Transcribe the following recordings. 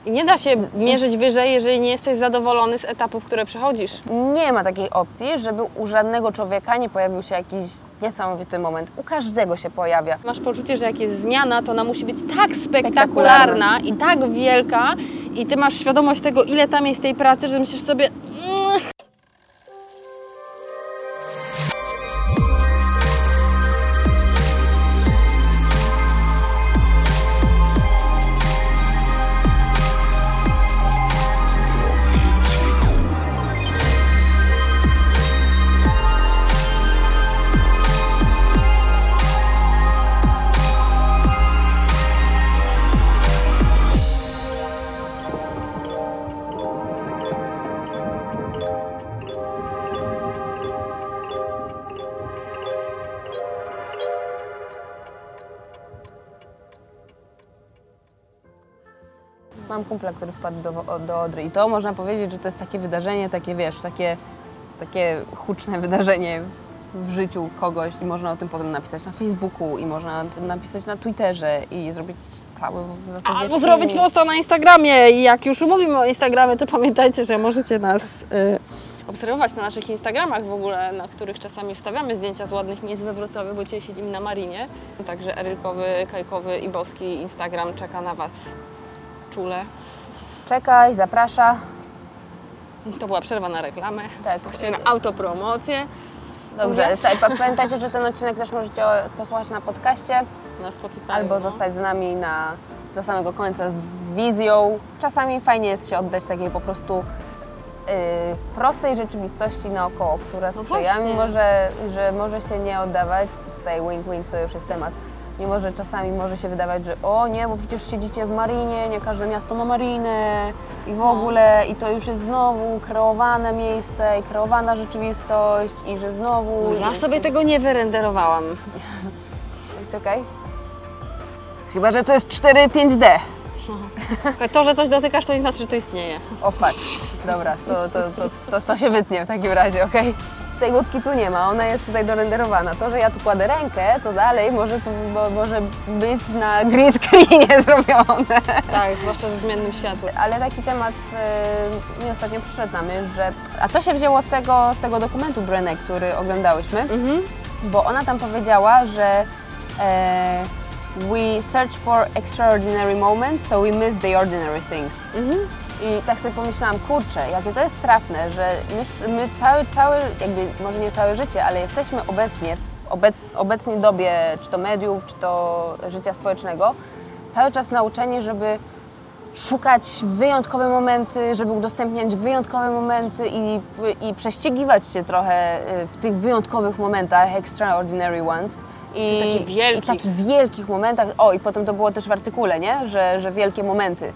I nie da się mierzyć wyżej, jeżeli nie jesteś zadowolony z etapów, które przechodzisz. Nie ma takiej opcji, żeby u żadnego człowieka nie pojawił się jakiś niesamowity moment. U każdego się pojawia. Masz poczucie, że jak jest zmiana, to ona musi być tak spektakularna i tak wielka i ty masz świadomość tego, ile tam jest tej pracy, że myślisz sobie... Mam kumpla, który wpadł do Odry i to można powiedzieć, że to jest takie wydarzenie, takie wiesz, takie huczne wydarzenie w życiu kogoś i można o tym potem napisać na Facebooku i można o tym napisać na Twitterze i zrobić cały w zasadzie Albo zrobić posta na Instagramie i jak już mówimy o Instagramie, to pamiętajcie, że możecie nas obserwować na naszych Instagramach w ogóle, na których czasami wstawiamy zdjęcia z ładnych miejsc we Wrocławiu, bo dzisiaj siedzimy na Marinie. Także Erykowy, Kajkowy i Boski Instagram czeka na Was czule. Czekaj, zaprasza. To była przerwa na reklamę, Tak. właśnie na autopromocję. Dobrze, pamiętajcie, że ten odcinek też możecie posłuchać na podcaście Na Spotify. albo zostać z nami do samego końca z wizją. Czasami fajnie jest się oddać takiej po prostu prostej rzeczywistości naokoło, która sprzyja, właśnie. mimo że może się nie oddawać, tutaj wink wink to już jest temat, mimo że czasami może się wydawać, że o nie, bo przecież siedzicie w marinie, nie każde miasto ma marinę i w ogóle i to już jest znowu kreowane miejsce i kreowana rzeczywistość i że znowu... Ja sobie tego nie wyrenderowałam. Czekaj. Chyba, że to jest 4-5D. To, że coś dotykasz, to nie znaczy, że to istnieje. O fakt. Dobra, to się wytnie w takim razie, okej? Tej łódki tu nie ma, ona jest tutaj dorenderowana. To, że ja tu kładę rękę, to dalej może być na green screenie zrobione. Tak, zwłaszcza ze zmiennym światłem. Ale taki temat mi ostatnio przyszedł na myśl, że... A to się wzięło z tego dokumentu Brené, który oglądałyśmy, bo ona tam powiedziała, że we search for extraordinary moments, so we miss the ordinary things. I tak sobie pomyślałam, kurczę, jakie to jest trafne, że my całe, jakby może nie całe życie, ale jesteśmy w obecnej dobie, czy to mediów, czy to życia społecznego, cały czas nauczeni, żeby szukać wyjątkowe momenty, żeby udostępniać wyjątkowe momenty i prześcigiwać się trochę w tych wyjątkowych momentach, extraordinary ones. I takich wielkich momentach. O, i potem to było też w artykule, nie? Że wielkie momenty,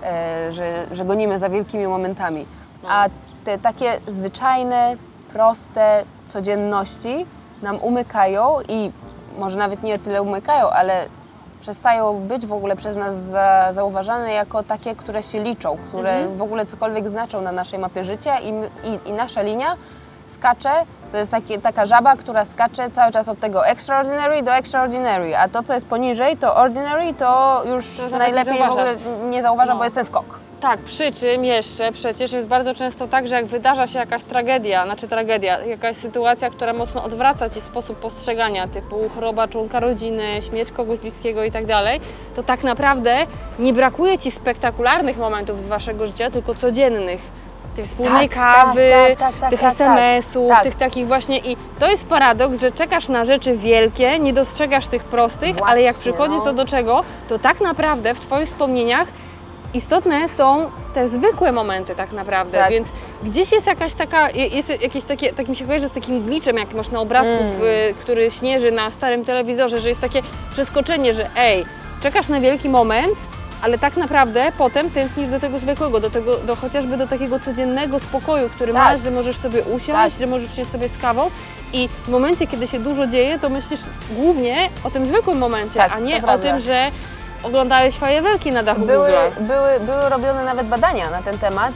że gonimy za wielkimi momentami. A te takie zwyczajne, proste codzienności nam umykają i może nawet nie tyle umykają, ale przestają być w ogóle przez nas zauważane jako takie, które się liczą, które w ogóle cokolwiek znaczą na naszej mapie życia i nasza linia skacze, to jest taka żaba, która skacze cały czas od tego extraordinary do extraordinary, a to, co jest poniżej, to ordinary, to już najlepiej w ogóle nie zauważam, bo jest ten skok. Tak, przy czym jeszcze przecież jest bardzo często tak, że jak wydarza się jakaś tragedia, jakaś sytuacja, która mocno odwraca Ci sposób postrzegania, typu choroba członka rodziny, śmierć kogoś bliskiego i tak dalej, to tak naprawdę nie brakuje Ci spektakularnych momentów z Waszego życia, tylko codziennych. Tej wspólnej kawy, tych SMS-ów, tych takich właśnie i to jest paradoks, że czekasz na rzeczy wielkie, nie dostrzegasz tych prostych, właśnie, ale jak przychodzi co do czego, to tak naprawdę w Twoich wspomnieniach istotne są te zwykłe momenty tak naprawdę, więc gdzieś jest jakaś taka, jest jakieś takie, tak mi się kojarzy z takim glitchem, jak masz na obrazku, który śnieży na starym telewizorze, że jest takie przeskoczenie, że czekasz na wielki moment, ale tak naprawdę potem tęsknisz do tego zwykłego, chociażby do takiego codziennego spokoju, który masz, że możesz sobie usiąść, że możesz usiąść sobie z kawą i w momencie, kiedy się dużo dzieje, to myślisz głównie o tym zwykłym momencie, a nie o tym, że oglądałeś fajerwerki na dachu były robione nawet badania na ten temat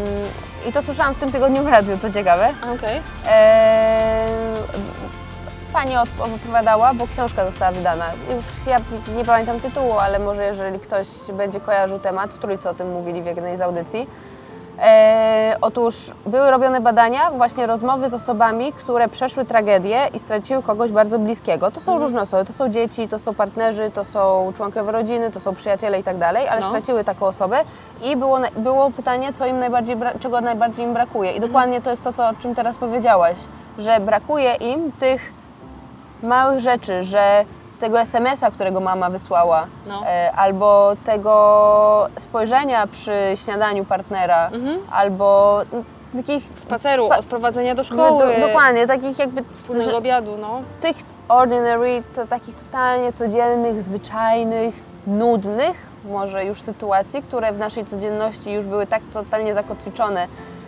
i to słyszałam w tym tygodniu w radiu, co ciekawe. pani opowiadała, bo książka została wydana. Już ja nie pamiętam tytułu, ale może jeżeli ktoś będzie kojarzył temat, w Trójce o tym mówili w jednej z audycji. Otóż były robione badania, właśnie rozmowy z osobami, które przeszły tragedię i straciły kogoś bardzo bliskiego. To są różne osoby, to są dzieci, to są partnerzy, to są członkowie rodziny, to są przyjaciele i tak dalej, ale straciły taką osobę i było pytanie, co im czego najbardziej im brakuje. I dokładnie to jest to, o czym teraz powiedziałaś, że brakuje im tych małych rzeczy, że tego SMS-a, którego mama wysłała, albo tego spojrzenia przy śniadaniu partnera, albo takich... Spaceru, odprowadzenia do szkoły. Dokładnie, takich jakby... Wspólnego obiadu, Tych ordinary, to takich totalnie codziennych, zwyczajnych, nudnych może już sytuacji, które w naszej codzienności już były tak totalnie zakotwiczone,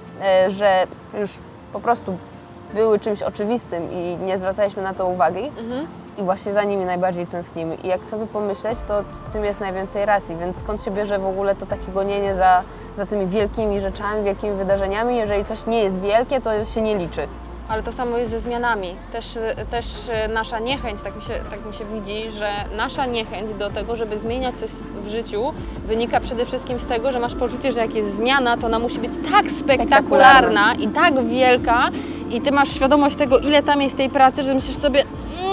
że już po prostu były czymś oczywistym i nie zwracaliśmy na to uwagi. I właśnie za nimi najbardziej tęsknimy. I jak sobie pomyśleć, to w tym jest najwięcej racji. Więc skąd się bierze w ogóle to takie gonienie za tymi wielkimi rzeczami, wielkimi wydarzeniami? Jeżeli coś nie jest wielkie, to się nie liczy. Ale to samo jest ze zmianami. Też nasza niechęć, tak mi się widzi, że nasza niechęć do tego, żeby zmieniać coś w życiu, wynika przede wszystkim z tego, że masz poczucie, że jak jest zmiana, to ona musi być tak spektakularna i tak wielka i ty masz świadomość tego, ile tam jest tej pracy, że myślisz sobie,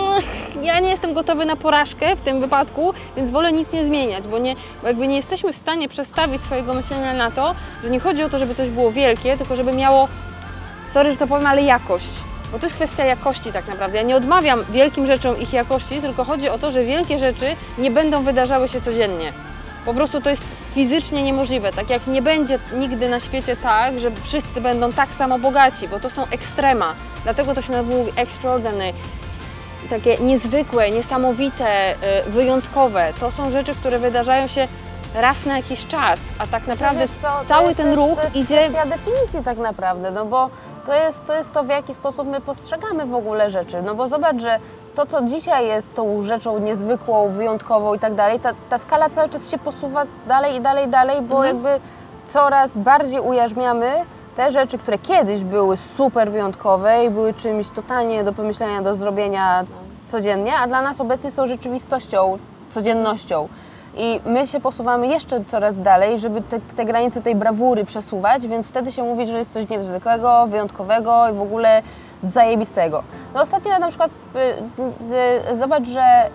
ja nie jestem gotowy na porażkę w tym wypadku, więc wolę nic nie zmieniać, bo jakby nie jesteśmy w stanie przestawić swojego myślenia na to, że nie chodzi o to, żeby coś było wielkie, tylko żeby miało, sorry, że to powiem, ale jakość. Bo to jest kwestia jakości tak naprawdę. Ja nie odmawiam wielkim rzeczom ich jakości, tylko chodzi o to, że wielkie rzeczy nie będą wydarzały się codziennie. Po prostu to jest fizycznie niemożliwe. Tak jak nie będzie nigdy na świecie tak, że wszyscy będą tak samo bogaci, bo to są ekstrema. Dlatego to się mówi extraordinary. Takie niezwykłe, niesamowite, wyjątkowe. To są rzeczy, które wydarzają się raz na jakiś czas, a tak naprawdę cały ten ruch idzie... To jest kwestia definicji tak naprawdę, no bo to jest to, w jaki sposób my postrzegamy w ogóle rzeczy. No bo zobacz, że to, co dzisiaj jest tą rzeczą niezwykłą, wyjątkową i tak dalej, ta skala cały czas się posuwa dalej i dalej, dalej, bo jakby coraz bardziej ujarzmiamy te rzeczy, które kiedyś były super wyjątkowe i były czymś totalnie nie do pomyślenia, do zrobienia codziennie, a dla nas obecnie są rzeczywistością, codziennością. I my się posuwamy jeszcze coraz dalej, żeby te granice tej brawury przesuwać, więc wtedy się mówi, że jest coś niezwykłego, wyjątkowego i w ogóle zajebistego. No ostatnio na przykład zobacz, że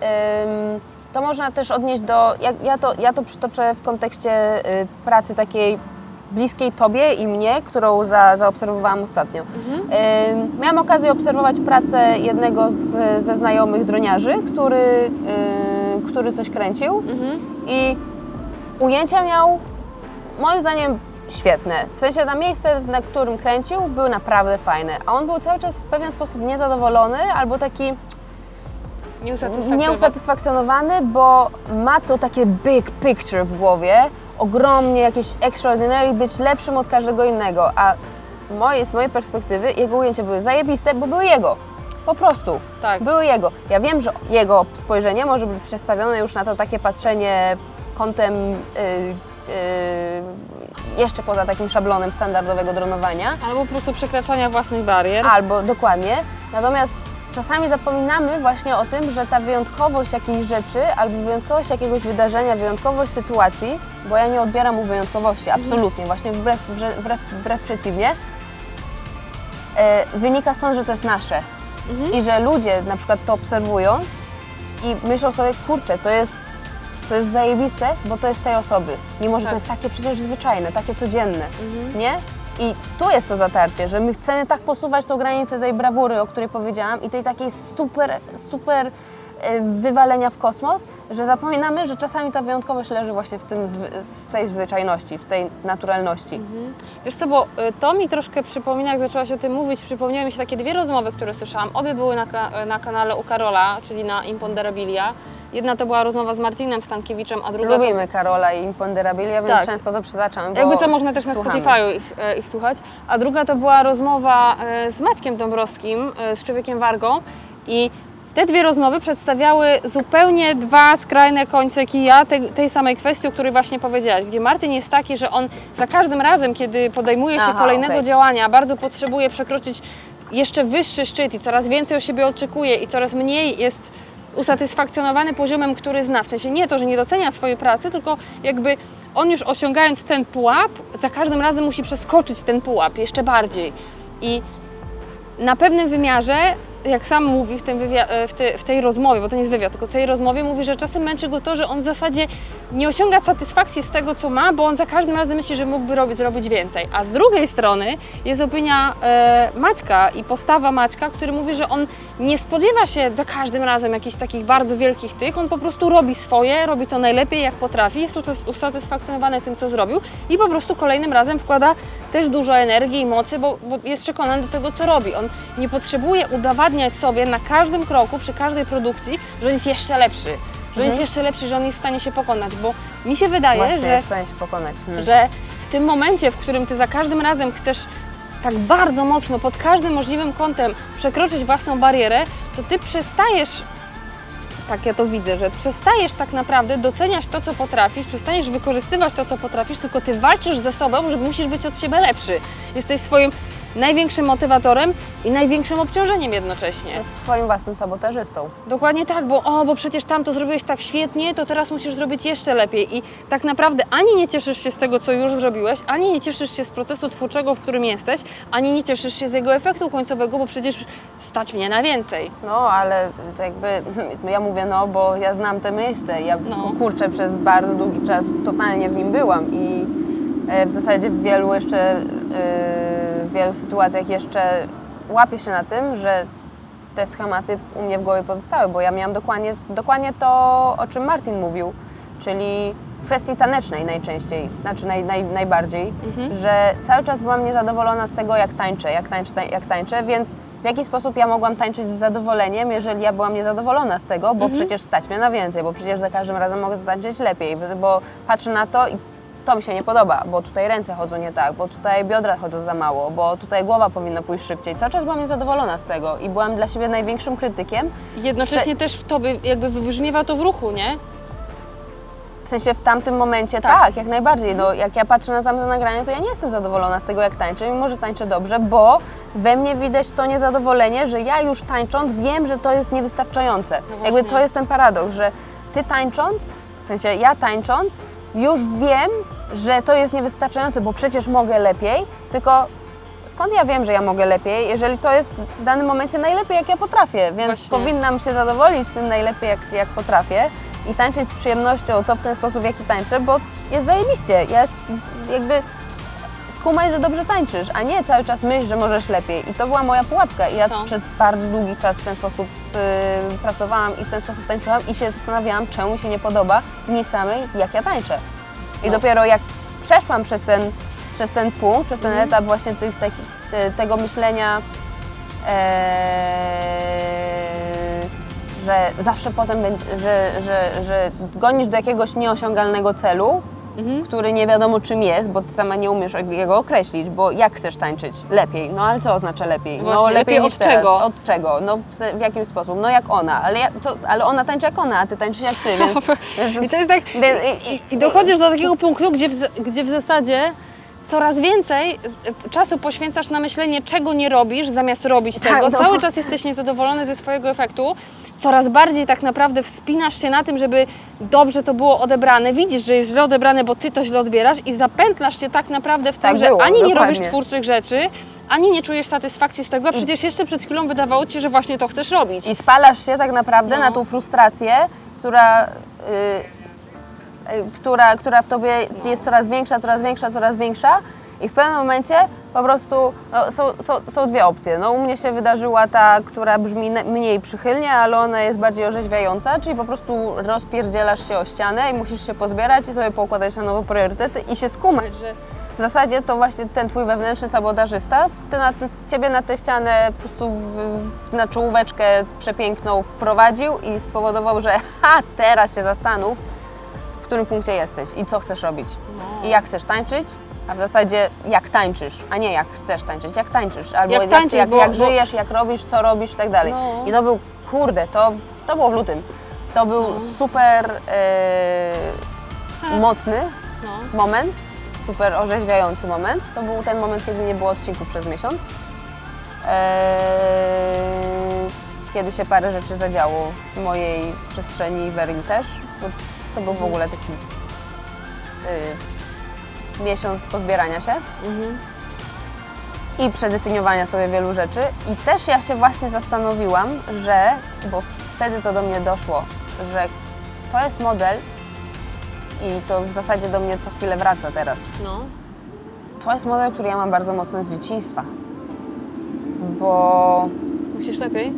to można też odnieść do, ja to przytoczę w kontekście pracy takiej bliskiej Tobie i mnie, którą zaobserwowałam ostatnio. Miałam okazję obserwować pracę jednego ze znajomych droniarzy, który coś kręcił i ujęcia miał moim zdaniem świetne. W sensie na miejsce, na którym kręcił, były naprawdę fajne, a on był cały czas w pewien sposób niezadowolony albo taki nieusatysfakcjonowany, bo ma to takie big picture w głowie, ogromnie jakieś extraordinary, być lepszym od każdego innego, a z mojej perspektywy jego ujęcia były zajebiste, bo były jego. Po prostu. Tak. Były jego. Ja wiem, że jego spojrzenie może być przestawione już na to takie patrzenie kątem jeszcze poza takim szablonem standardowego dronowania. Albo po prostu przekraczania własnych barier. Albo, dokładnie. Natomiast czasami zapominamy właśnie o tym, że ta wyjątkowość jakiejś rzeczy, albo wyjątkowość jakiegoś wydarzenia, wyjątkowość sytuacji, bo ja nie odbieram mu wyjątkowości, absolutnie, właśnie wbrew przeciwnie, wynika stąd, że to jest nasze. I że ludzie na przykład to obserwują i myślą sobie, kurczę, to jest zajebiste, bo to jest tej osoby. Mimo, że to jest takie przecież zwyczajne, takie codzienne, nie? I tu jest to zatarcie, że my chcemy tak posuwać tą granicę tej brawury, o której powiedziałam i tej takiej super wywalenia w kosmos, że zapominamy, że czasami ta wyjątkowość leży właśnie w tej zwyczajności, w tej naturalności. Wiesz co, bo to mi troszkę przypomina, jak zaczęłaś o tym mówić, przypomniały mi się takie dwie rozmowy, które słyszałam. Obie były na kanale u Karola, czyli na Imponderabilia. Jedna to była rozmowa z Martinem Stankiewiczem, a druga Lubimy Karola i Imponderabilia, więc często to przytaczam, bo jakby co, można też na Spotify'u ich słuchać. A druga to była rozmowa z Maćkiem Dąbrowskim, z Człowiekiem Wargą i te dwie rozmowy przedstawiały zupełnie dwa skrajne końce kija tej samej kwestii, o której właśnie powiedziałaś, gdzie Martin jest taki, że on za każdym razem, kiedy podejmuje się kolejnego działania, bardzo potrzebuje przekroczyć jeszcze wyższy szczyt i coraz więcej o siebie oczekuje i coraz mniej jest usatysfakcjonowany poziomem, który zna. W sensie nie to, że nie docenia swojej pracy, tylko jakby on już osiągając ten pułap, za każdym razem musi przeskoczyć ten pułap jeszcze bardziej. I na pewnym wymiarze, jak sam mówi w tej rozmowie, bo to nie jest wywiad, tylko w tej rozmowie mówi, że czasem męczy go to, że on w zasadzie nie osiąga satysfakcji z tego, co ma, bo on za każdym razem myśli, że mógłby zrobić więcej. A z drugiej strony jest opinia Maćka i postawa Maćka, który mówi, że on nie spodziewa się za każdym razem jakichś takich bardzo wielkich on po prostu robi swoje, robi to najlepiej jak potrafi, jest usatysfakcjonowany tym, co zrobił i po prostu kolejnym razem wkłada też dużo energii i mocy, bo jest przekonany do tego, co robi. On nie potrzebuje udowadniać sobie na każdym kroku, przy każdej produkcji, że on jest jeszcze lepszy. Że on jest jeszcze lepszy, że on jest w stanie się pokonać, bo mi się wydaje, Właśnie jest w stanie się pokonać. że w tym momencie, w którym Ty za każdym razem chcesz tak bardzo mocno, pod każdym możliwym kątem przekroczyć własną barierę, to Ty przestajesz, tak ja to widzę, że przestajesz tak naprawdę doceniać to, co potrafisz, przestajesz wykorzystywać to, co potrafisz, tylko Ty walczysz ze sobą, że musisz być od siebie lepszy. Jesteś swoim największym motywatorem i największym obciążeniem jednocześnie. Jest swoim własnym sabotażystą. Dokładnie tak, bo przecież tam to zrobiłeś tak świetnie, to teraz musisz zrobić jeszcze lepiej. I tak naprawdę ani nie cieszysz się z tego, co już zrobiłeś, ani nie cieszysz się z procesu twórczego, w którym jesteś, ani nie cieszysz się z jego efektu końcowego, bo przecież stać mnie na więcej. No, ale to jakby, ja mówię no, bo ja znam te miejsce. Ja kurczę, przez bardzo długi czas totalnie w nim byłam i w zasadzie w wielu sytuacjach jeszcze łapię się na tym, że te schematy u mnie w głowie pozostały, bo ja miałam dokładnie to, o czym Martin mówił, czyli w kwestii tanecznej najczęściej, znaczy najbardziej, że cały czas byłam niezadowolona z tego, jak tańczę, więc w jaki sposób ja mogłam tańczyć z zadowoleniem, jeżeli ja byłam niezadowolona z tego, bo przecież stać mnie na więcej, bo przecież za każdym razem mogę zatańczyć lepiej, bo patrzę na to i to mi się nie podoba, bo tutaj ręce chodzą nie tak, bo tutaj biodra chodzą za mało, bo tutaj głowa powinna pójść szybciej. Cały czas byłam niezadowolona z tego i byłam dla siebie największym krytykiem. Jednocześnie też w tobie jakby wybrzmiewa to w ruchu, nie? W sensie w tamtym momencie tak, jak najbardziej. No, jak ja patrzę na tamte nagranie, to ja nie jestem zadowolona z tego, jak tańczę, mimo że tańczę dobrze, bo we mnie widać to niezadowolenie, że ja już tańcząc wiem, że to jest niewystarczające. No jakby to jest ten paradoks, że ty tańcząc, w sensie ja tańcząc, już wiem, że to jest niewystarczające, bo przecież mogę lepiej, tylko skąd ja wiem, że ja mogę lepiej, jeżeli to jest w danym momencie najlepiej, jak ja potrafię, więc Właśnie. powinnam się zadowolić tym najlepiej, jak potrafię i tańczyć z przyjemnością to w ten sposób, w jaki tańczę, bo jest zajebiście, jakby skumaj, że dobrze tańczysz, a nie cały czas myśl, że możesz lepiej. I to była moja pułapka i ja przez bardzo długi czas w ten sposób pracowałam i w ten sposób tańczyłam i się zastanawiałam, czemu mi się nie podoba mi samej, jak ja tańczę. I dopiero jak przeszłam przez ten punkt, przez ten etap właśnie tego myślenia, że zawsze potem będzie, że gonisz do jakiegoś nieosiągalnego celu, który nie wiadomo czym jest, bo ty sama nie umiesz jego określić, bo jak chcesz tańczyć? Lepiej. No ale co oznacza lepiej? Właśnie, no lepiej niż od teraz. czego? Od czego? No w jakim sposób? No jak ona, ale ona tańczy jak ona, a ty tańczysz jak ty, więc... I to jest tak, i dochodzisz do takiego punktu, gdzie w zasadzie coraz więcej czasu poświęcasz na myślenie, czego nie robisz, zamiast robić tego. Cały czas jesteś niezadowolony ze swojego efektu. Coraz bardziej tak naprawdę wspinasz się na tym, żeby dobrze to było odebrane. Widzisz, że jest źle odebrane, bo ty to źle odbierasz i zapętlasz się tak naprawdę w tym, że ani nie robisz twórczych rzeczy, ani nie czujesz satysfakcji z tego, a przecież jeszcze przed chwilą wydawało ci się, że właśnie to chcesz robić. I spalasz się tak naprawdę na tą frustrację, która w tobie jest coraz większa i w pewnym momencie po prostu są dwie opcje. No, u mnie się wydarzyła ta, która brzmi mniej przychylnie, ale ona jest bardziej orzeźwiająca, czyli po prostu rozpierdzielasz się o ścianę i musisz się pozbierać i sobie poukładać na nowe priorytety i się skumać, że w zasadzie to właśnie ten twój wewnętrzny sabotażysta ciebie na tę ścianę po prostu na czołóweczkę przepiękną wprowadził i spowodował, że teraz się zastanów, w którym punkcie jesteś i co chcesz robić. I jak chcesz tańczyć, a w zasadzie jak tańczysz, a nie jak chcesz tańczyć, jak tańczysz. Albo jak żyjesz, jak robisz, co robisz i tak dalej. I to był, to było w lutym. To był super mocny moment, super orzeźwiający moment. To był ten moment, kiedy nie było odcinku przez miesiąc. Kiedy się parę rzeczy zadziało w mojej przestrzeni, Weryni też. Bo to był w ogóle taki miesiąc pozbierania się i przedefiniowania sobie wielu rzeczy. I też ja się właśnie zastanowiłam, że, bo wtedy to do mnie doszło, że to jest model i to w zasadzie do mnie co chwilę wraca teraz. No. To jest model, który ja mam bardzo mocno z dzieciństwa, bo Musisz lepiej?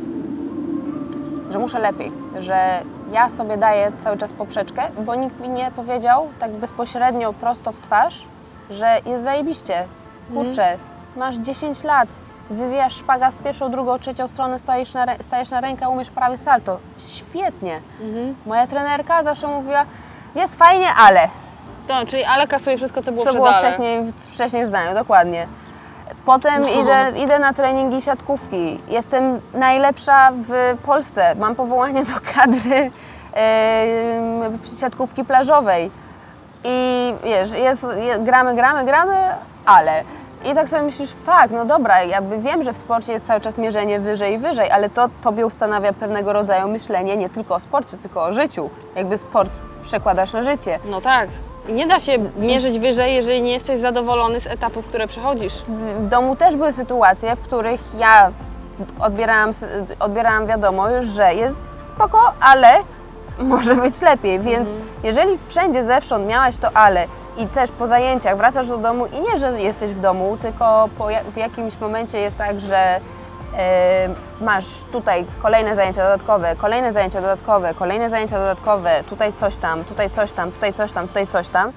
że muszę lepiej, że ja sobie daję cały czas poprzeczkę, bo nikt mi nie powiedział tak bezpośrednio, prosto w twarz, że jest zajebiście, kurczę, masz 10 lat, wywijasz szpagat w pierwszą, drugą, trzecią stronę, stajesz na rękę, umiesz prawie salto. Świetnie. Moja trenerka zawsze mówiła, jest fajnie, ale. To, czyli ale kasuje wszystko, co było Co przed było ale. wcześniej w zdaniu, dokładnie. Potem idę na treningi siatkówki. Jestem najlepsza w Polsce. Mam powołanie do kadry siatkówki plażowej. I wiesz, gramy, ale. I tak sobie myślisz, fakt, no dobra, jakby wiem, że w sporcie jest cały czas mierzenie wyżej i wyżej, ale to tobie ustanawia pewnego rodzaju myślenie nie tylko o sporcie, tylko o życiu. Jakby sport przekładasz na życie. No tak. I nie da się mierzyć wyżej, jeżeli nie jesteś zadowolony z etapów, które przechodzisz. W domu też były sytuacje, w których ja odbierałam wiadomość, że jest spoko, ale może być lepiej, więc jeżeli wszędzie zewsząd miałaś to ale i też po zajęciach wracasz do domu i nie, że jesteś w domu, tylko w jakimś momencie jest tak, że masz tutaj kolejne zajęcia dodatkowe, kolejne zajęcia dodatkowe, kolejne zajęcia dodatkowe, tutaj coś tam, tutaj coś tam, tutaj coś tam, tutaj coś tam,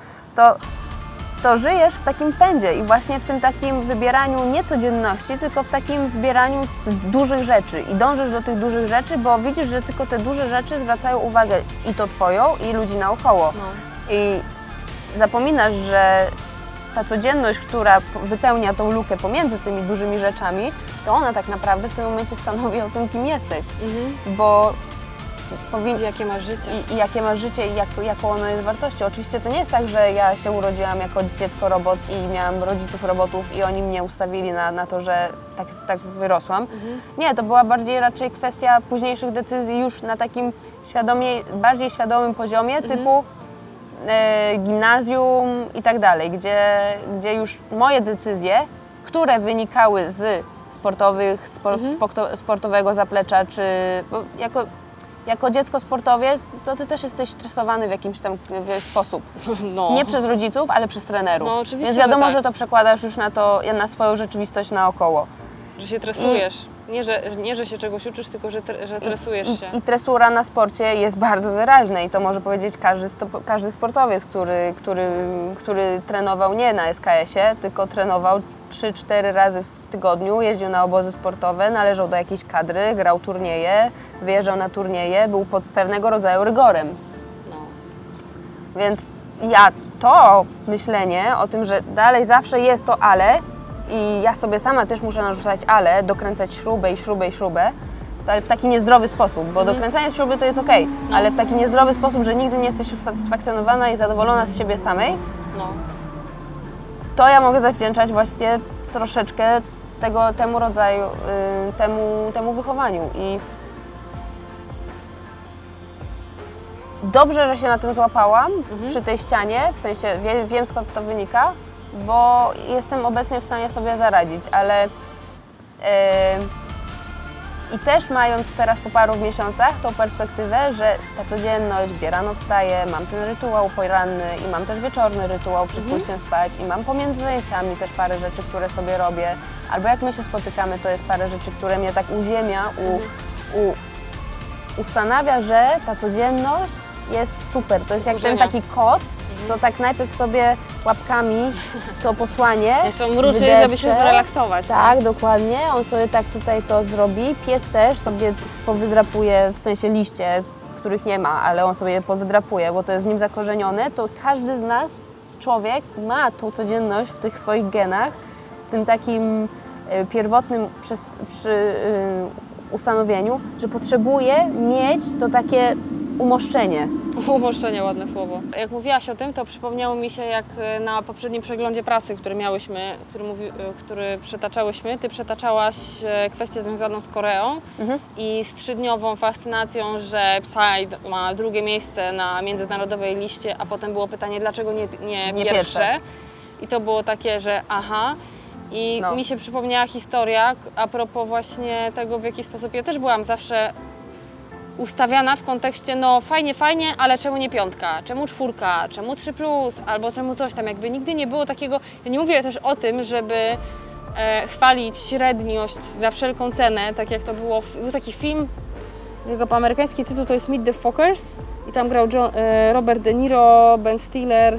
to żyjesz w takim pędzie i właśnie w tym takim wybieraniu nie codzienności, tylko w takim wybieraniu dużych rzeczy i dążysz do tych dużych rzeczy, bo widzisz, że tylko te duże rzeczy zwracają uwagę i to twoją, i ludzi naokoło. No. I zapominasz, że ta codzienność, która wypełnia tą lukę pomiędzy tymi dużymi rzeczami, to ona tak naprawdę w tym momencie stanowi o tym, kim jesteś, bo Jakie masz życie? i jakie masz życie i jaką ono jest wartością. Oczywiście to nie jest tak, że ja się urodziłam jako dziecko robot i miałam rodziców robotów i oni mnie ustawili na to, że tak wyrosłam. Nie, to była bardziej raczej kwestia późniejszych decyzji już na takim bardziej świadomym poziomie typu gimnazjum i tak dalej, gdzie już moje decyzje, które wynikały z sportowego zaplecza, czy bo jako dziecko sportowiec, to ty też jesteś stresowany w jakimś tam sposób. No. Nie przez rodziców, ale przez trenerów. No, oczywiście, Więc wiadomo, że tak. że to przekładasz już na swoją rzeczywistość naokoło. Że się tresujesz. Nie, że się czegoś uczysz, tylko że tresujesz się. I tresura na sporcie jest bardzo wyraźna i to może powiedzieć każdy sportowiec, który trenował nie na SKS-ie, tylko trenował 3-4 razy w tygodniu, jeździł na obozy sportowe, należał do jakiejś kadry, grał turnieje, wyjeżdżał na turnieje, był pod pewnego rodzaju rygorem. No. Więc to myślenie o tym, że dalej zawsze jest to ale i ja sobie sama też muszę narzucać ale, dokręcać śrubę, ale w taki niezdrowy sposób, bo dokręcanie śruby to jest okej, ale w taki niezdrowy sposób, że nigdy nie jesteś usatysfakcjonowana i zadowolona z siebie samej, No. to ja mogę zawdzięczać właśnie troszeczkę temu rodzaju, temu wychowaniu i dobrze, że się na tym złapałam przy tej ścianie, w sensie wiem skąd to wynika, bo jestem obecnie w stanie sobie zaradzić, ale i też mając teraz po paru miesiącach tą perspektywę, że ta codzienność, gdzie rano wstaję, mam ten rytuał poranny i mam też wieczorny rytuał przed pójściem spać i mam pomiędzy zajęciami też parę rzeczy, które sobie robię, albo jak my się spotykamy, to jest parę rzeczy, które mnie tak uziemia, ustanawia, że ta codzienność jest super. To jest jak ten taki kot, co tak najpierw sobie łapkami to posłanie Jeszcze mruczy, wydepcze. żeby się zrelaksować. Tak, dokładnie. On sobie tak tutaj to zrobi. Pies też sobie powydrapuje, w sensie liście, których nie ma, ale on sobie je powydrapuje, bo to jest w nim zakorzenione. To każdy z nas, człowiek, ma tą codzienność w tych swoich genach, w tym takim pierwotnym ustanowieniu, że potrzebuje mieć to takie umoszczenie. Umoszczenie, ładne słowo. Jak mówiłaś o tym, to przypomniało mi się, jak na poprzednim przeglądzie prasy, który miałyśmy, który przytaczałyśmy, Ty przytaczałaś kwestię związaną z Koreą i z 3-dniową fascynacją, że Psy ma drugie miejsce na międzynarodowej liście, a potem było pytanie, dlaczego nie pierwsze. I to było takie, że aha. I mi się przypomniała historia a propos właśnie tego, w jaki sposób ja też byłam zawsze ustawiana w kontekście, no fajnie, ale czemu nie 5, czemu 4, czemu 3+, albo czemu coś tam, jakby nigdy nie było takiego, ja nie mówię też o tym, żeby chwalić średniość za wszelką cenę, tak jak to było, był taki film, jego amerykański tytuł to jest Meet the Fockers i tam grał Robert De Niro, Ben Stiller.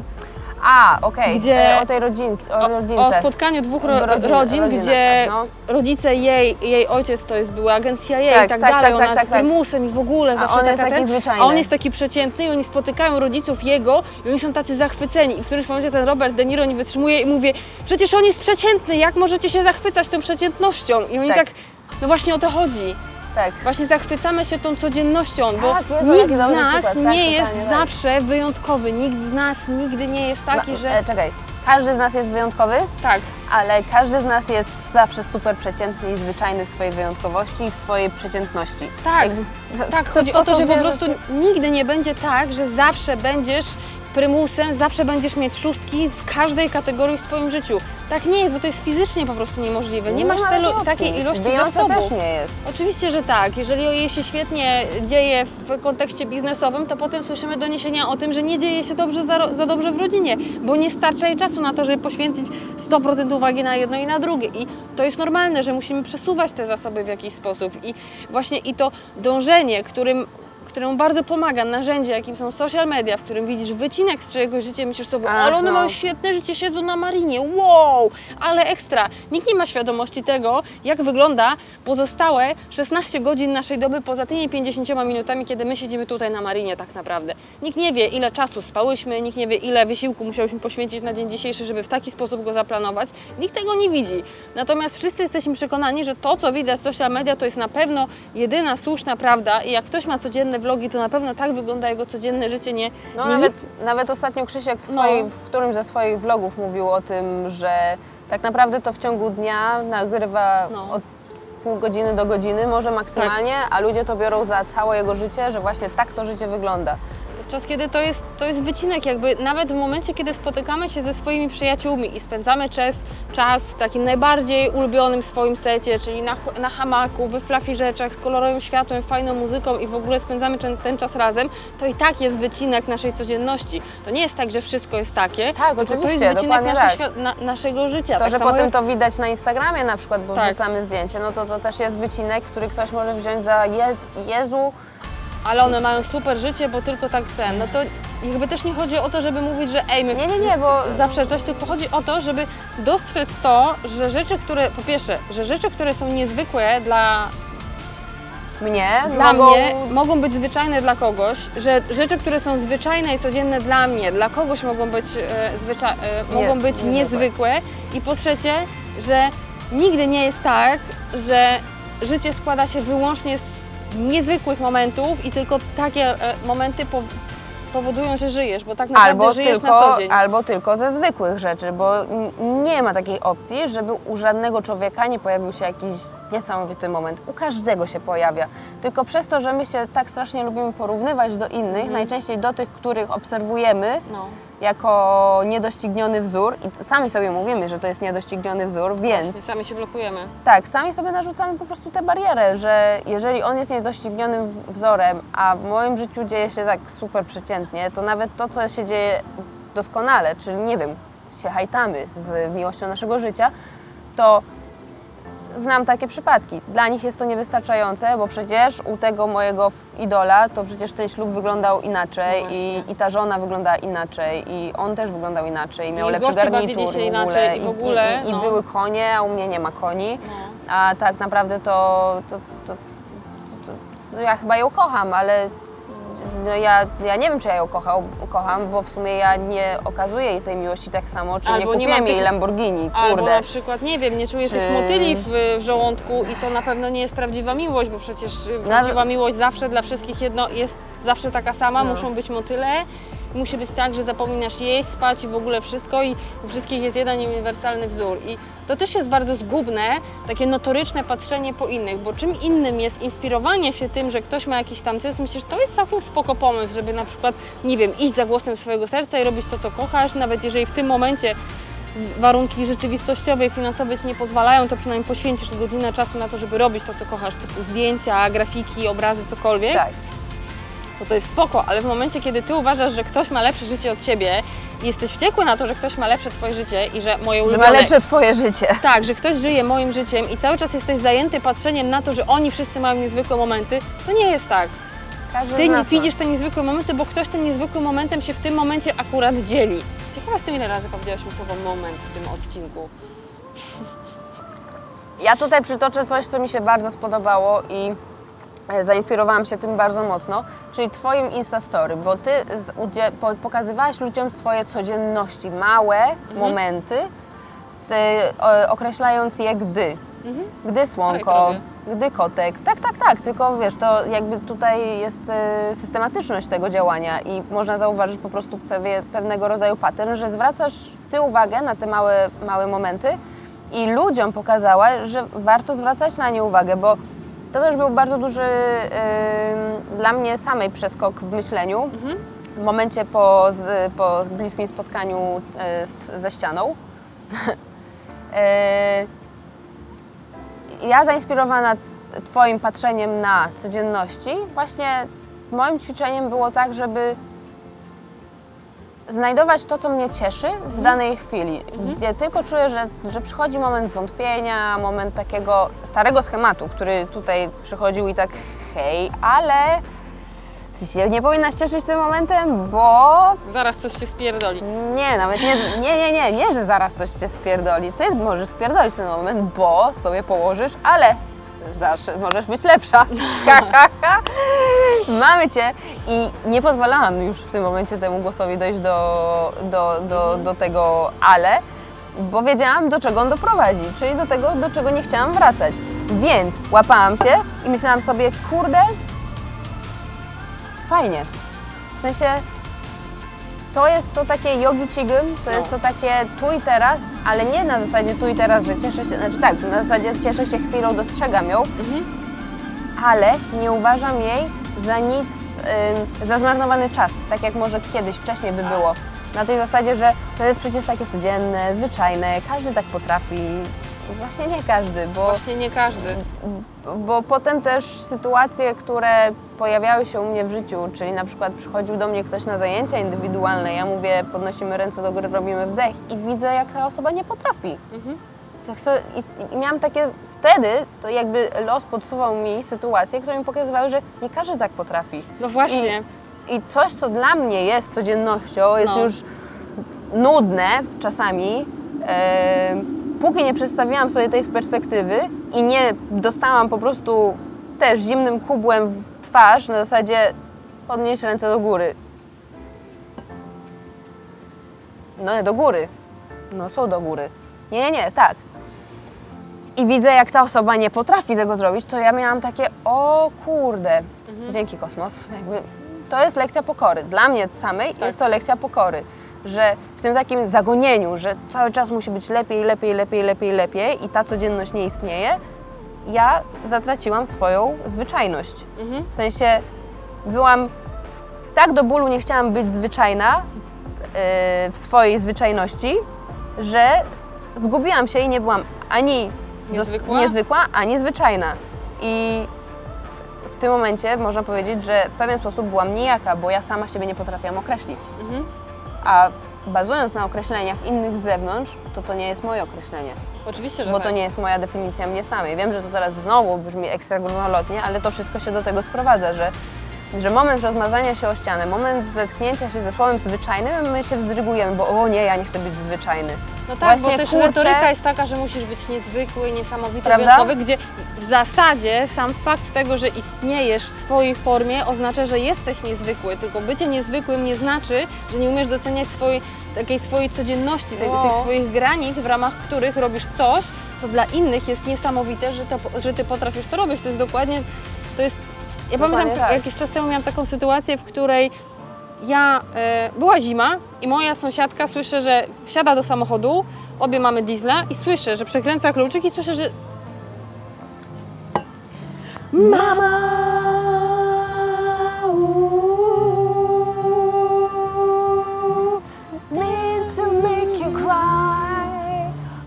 Okej. Gdzie o tej rodzince. O spotkaniu dwóch rodzin, gdzie rodzice jej ojciec był agent CIA i tak dalej, ona jest prymusem i w ogóle zawsze on jest taki zwyczajny. A on jest taki przeciętny i oni spotykają rodziców jego i oni są tacy zachwyceni i w którymś momencie ten Robert De Niro nie wytrzymuje i mówi, przecież on jest przeciętny, jak możecie się zachwycać tą przeciętnością? I oni no właśnie o to chodzi. Tak. Właśnie zachwycamy się tą codziennością, bo Jezu, nikt z nas przykład. nie jest zawsze wyjątkowy, nikt z nas nigdy nie jest taki, że... Czekaj, każdy z nas jest wyjątkowy, Tak. ale każdy z nas jest zawsze super przeciętny i zwyczajny w swojej wyjątkowości i w swojej przeciętności. Tak, tak, chodzi o to, że po prostu nigdy nie będzie tak, że zawsze będziesz prymusem, zawsze będziesz mieć 6 z każdej kategorii w swoim życiu. Tak nie jest, bo to jest fizycznie po prostu niemożliwe. Nie masz takiej ilości zasobów. Też nie jest. Oczywiście, że tak. Jeżeli jej się świetnie dzieje w kontekście biznesowym, to potem słyszymy doniesienia o tym, że nie dzieje się dobrze za dobrze w rodzinie, bo nie starcza jej czasu na to, żeby poświęcić 100% uwagi na jedno i na drugie. I to jest normalne, że musimy przesuwać te zasoby w jakiś sposób. I właśnie to dążenie, któremu bardzo pomaga narzędzie, jakim są social media, w którym widzisz wycinek z czyjegoś życia i myślisz sobie, ale one mają świetne życie, siedzą na marinie, wow, ale ekstra. Nikt nie ma świadomości tego, jak wygląda pozostałe 16 godzin naszej doby poza tymi 50 minutami, kiedy my siedzimy tutaj na marinie tak naprawdę. Nikt nie wie, ile czasu spałyśmy, nikt nie wie, ile wysiłku musiałyśmy poświęcić na dzień dzisiejszy, żeby w taki sposób go zaplanować. Nikt tego nie widzi. Natomiast wszyscy jesteśmy przekonani, że to, co widać w social media, to jest na pewno jedyna słuszna prawda i jak ktoś ma codzienne vlogi, to na pewno tak wygląda jego codzienne życie, Nawet ostatnio Krzysiek w którymś ze swoich vlogów mówił o tym, że tak naprawdę to w ciągu dnia nagrywa od pół godziny do godziny, może maksymalnie, a ludzie to biorą za całe jego życie, że właśnie tak to życie wygląda. Podczas kiedy to jest wycinek, jakby nawet w momencie, kiedy spotykamy się ze swoimi przyjaciółmi i spędzamy czas w takim najbardziej ulubionym swoim secie, czyli na hamaku, we fluffy rzeczach, z kolorowym światłem, fajną muzyką i w ogóle spędzamy ten czas razem, to i tak jest wycinek naszej codzienności. To nie jest tak, że wszystko jest takie, tak, tylko oczywiście, to jest wycinek dokładnie naszego życia. To, że potem to widać na Instagramie na przykład, bo wrzucamy zdjęcie, no to też jest wycinek, który ktoś może wziąć za Jezu, ale one mają super życie, bo tylko tak no to jakby też nie chodzi o to, żeby mówić, że my nie, bo zaprzeczać, tylko chodzi o to, żeby dostrzec to, że rzeczy, po pierwsze, że rzeczy, które są niezwykłe dla mnie mogą być zwyczajne dla kogoś, że rzeczy, które są zwyczajne i codzienne dla mnie, dla kogoś mogą być niezwykłe i po trzecie, że nigdy nie jest tak, że życie składa się wyłącznie z niezwykłych momentów i tylko takie momenty powodują, że żyjesz, bo tak naprawdę żyjesz na co dzień. Albo tylko ze zwykłych rzeczy, bo nie ma takiej opcji, żeby u żadnego człowieka nie pojawił się jakiś niesamowity moment. U każdego się pojawia. Tylko przez to, że my się tak strasznie lubimy porównywać do innych, najczęściej do tych, których obserwujemy, jako niedościgniony wzór i sami sobie mówimy, że to jest niedościgniony wzór, więc... Właśnie, sami się blokujemy. Tak, sami sobie narzucamy po prostu tę barierę, że jeżeli on jest niedoścignionym wzorem, a w moim życiu dzieje się tak super przeciętnie, to nawet to, co się dzieje doskonale, czyli nie wiem, się hajtamy z miłością naszego życia, to znam takie przypadki. Dla nich jest to niewystarczające, bo przecież u tego mojego idola to przecież ten ślub wyglądał inaczej i ta żona wyglądała inaczej i on też wyglądał inaczej i miał lepszy garnitur w ogóle i były konie, a u mnie nie ma koni. A tak naprawdę to ja chyba ją kocham, ale ja nie wiem, czy ja ją kocham, bo w sumie ja nie okazuję jej tej miłości tak samo, czy nie kupiłem jej Lamborghini, kurde. Albo na przykład, nie wiem, nie czuję tych motyli w żołądku i to na pewno nie jest prawdziwa miłość, bo przecież prawdziwa miłość zawsze dla wszystkich jest zawsze taka sama, No. muszą być motyle. Musi być tak, że zapominasz jeść, spać i w ogóle wszystko i u wszystkich jest jeden uniwersalny wzór. I to też jest bardzo zgubne, takie notoryczne patrzenie po innych, bo czym innym jest inspirowanie się tym, że ktoś ma jakiś tam cel, myślę, że to jest całkiem spoko pomysł, żeby na przykład, nie wiem, iść za głosem swojego serca i robić to, co kochasz, nawet jeżeli w tym momencie warunki rzeczywistościowe i finansowe Ci nie pozwalają, to przynajmniej poświęcisz godzinę czasu na to, żeby robić to, co kochasz, typu zdjęcia, grafiki, obrazy, cokolwiek. Tak. To jest spoko, ale w momencie, kiedy Ty uważasz, że ktoś ma lepsze życie od Ciebie i jesteś wściekły na to, że ktoś ma lepsze Twoje życie i że moje Że ulubione... ma lepsze Twoje życie. Tak, że ktoś żyje moim życiem i cały czas jesteś zajęty patrzeniem na to, że oni wszyscy mają niezwykłe momenty, to nie jest tak. Każdy Ty z nie nas ma. widzisz te niezwykłe momenty, bo ktoś tym niezwykłym momentem się w tym momencie akurat dzieli. Ciekawa jestem, ile razy powiedziałaś mi słowo moment w tym odcinku. Ja tutaj przytoczę coś, co mi się bardzo spodobało i zainspirowałam się tym bardzo mocno, czyli Twoim Instastory, bo Ty pokazywałaś ludziom swoje codzienności, małe momenty, określając je gdy. Gdy słonko, robię. gdy kotek. Tak, tylko wiesz, to jakby tutaj jest systematyczność tego działania i można zauważyć po prostu pewnego rodzaju pattern, że zwracasz Ty uwagę na te małe momenty i ludziom pokazałaś, że warto zwracać na nie uwagę, bo to też był bardzo duży dla mnie samej przeskok w myśleniu. W momencie po bliskim spotkaniu ze ścianą. Ja zainspirowana Twoim patrzeniem na codzienności, właśnie moim ćwiczeniem było tak, żeby znajdować to, co mnie cieszy w danej chwili. Gdzie tylko czuję, że przychodzi moment zwątpienia, moment takiego starego schematu, który tutaj przychodził i tak hej, ale ty się nie powinnaś cieszyć tym momentem, bo Zaraz coś się spierdoli. nie, nawet nie, że zaraz coś cię spierdoli. Ty możesz spierdolić ten moment, bo sobie położysz, ale zawsze możesz być lepsza. Mamy Cię i nie pozwalałam już w tym momencie temu głosowi dojść do tego ale, bo wiedziałam, do czego on doprowadzi, czyli do tego, do czego nie chciałam wracać. Więc łapałam się i myślałam sobie, kurde, fajnie. W sensie to jest to takie yogi chigum, to jest to takie tu i teraz, ale nie na zasadzie tu i teraz, że cieszę się, znaczy tak, na zasadzie cieszę się chwilą, dostrzegam ją, ale nie uważam jej za nic, za zmarnowany czas, tak jak może kiedyś, wcześniej by było. Na tej zasadzie, że to jest przecież takie codzienne, zwyczajne, każdy tak potrafi. Właśnie nie każdy, Właśnie nie każdy. bo potem też sytuacje, które pojawiały się u mnie w życiu, czyli na przykład przychodził do mnie ktoś na zajęcia indywidualne, ja mówię, podnosimy ręce do góry, robimy wdech i widzę, jak ta osoba nie potrafi. Tak sobie, i miałam takie, wtedy to jakby los podsuwał mi sytuacje, które mi pokazywały, że nie każdy tak potrafi. No właśnie. I coś, co dla mnie jest codziennością, jest już nudne czasami, póki nie przedstawiłam sobie tej z perspektywy i nie dostałam po prostu też zimnym kubłem w twarz na zasadzie podnieś ręce do góry. No nie do góry. No są do góry. Nie, tak. I widzę, jak ta osoba nie potrafi tego zrobić, to ja miałam takie, o kurde, dzięki kosmos. Jakby, to jest lekcja pokory. Dla mnie samej jest to lekcja pokory. Że w tym takim zagonieniu, że cały czas musi być lepiej i ta codzienność nie istnieje, ja zatraciłam swoją zwyczajność. W sensie byłam tak do bólu, nie chciałam być zwyczajna w swojej zwyczajności, że zgubiłam się i nie byłam ani niezwykła, ani zwyczajna. I w tym momencie można powiedzieć, że w pewien sposób byłam nijaka, bo ja sama siebie nie potrafiłam określić. A bazując na określeniach innych z zewnątrz, to nie jest moje określenie. Oczywiście, że Bo tak. to nie jest moja definicja mnie samej. Wiem, że to teraz znowu brzmi ekstra górnolotnie, ale to wszystko się do tego sprowadza, że moment rozmazania się o ścianę, moment zetknięcia się ze słowem zwyczajnym, my się wzdrygujemy, bo o nie, ja nie chcę być zwyczajny. No tak, Właśnie, bo też kurczę, retoryka jest taka, że musisz być niezwykły, niesamowity, Prawda? wyjątkowy, gdzie w zasadzie sam fakt tego, że istniejesz w swojej formie oznacza, że jesteś niezwykły, tylko bycie niezwykłym nie znaczy, że nie umiesz doceniać swojej codzienności, tych swoich granic, w ramach których robisz coś, co dla innych jest niesamowite, że ty potrafisz to robić. To jest dokładnie, to jest Ja pamiętam, tak. jakiś czas temu miałam taką sytuację, w której była zima i moja sąsiadka słyszę, że wsiada do samochodu, obie mamy diesla i słyszę, że przekręca kluczyk i słyszę, że mama! Need to make you cry.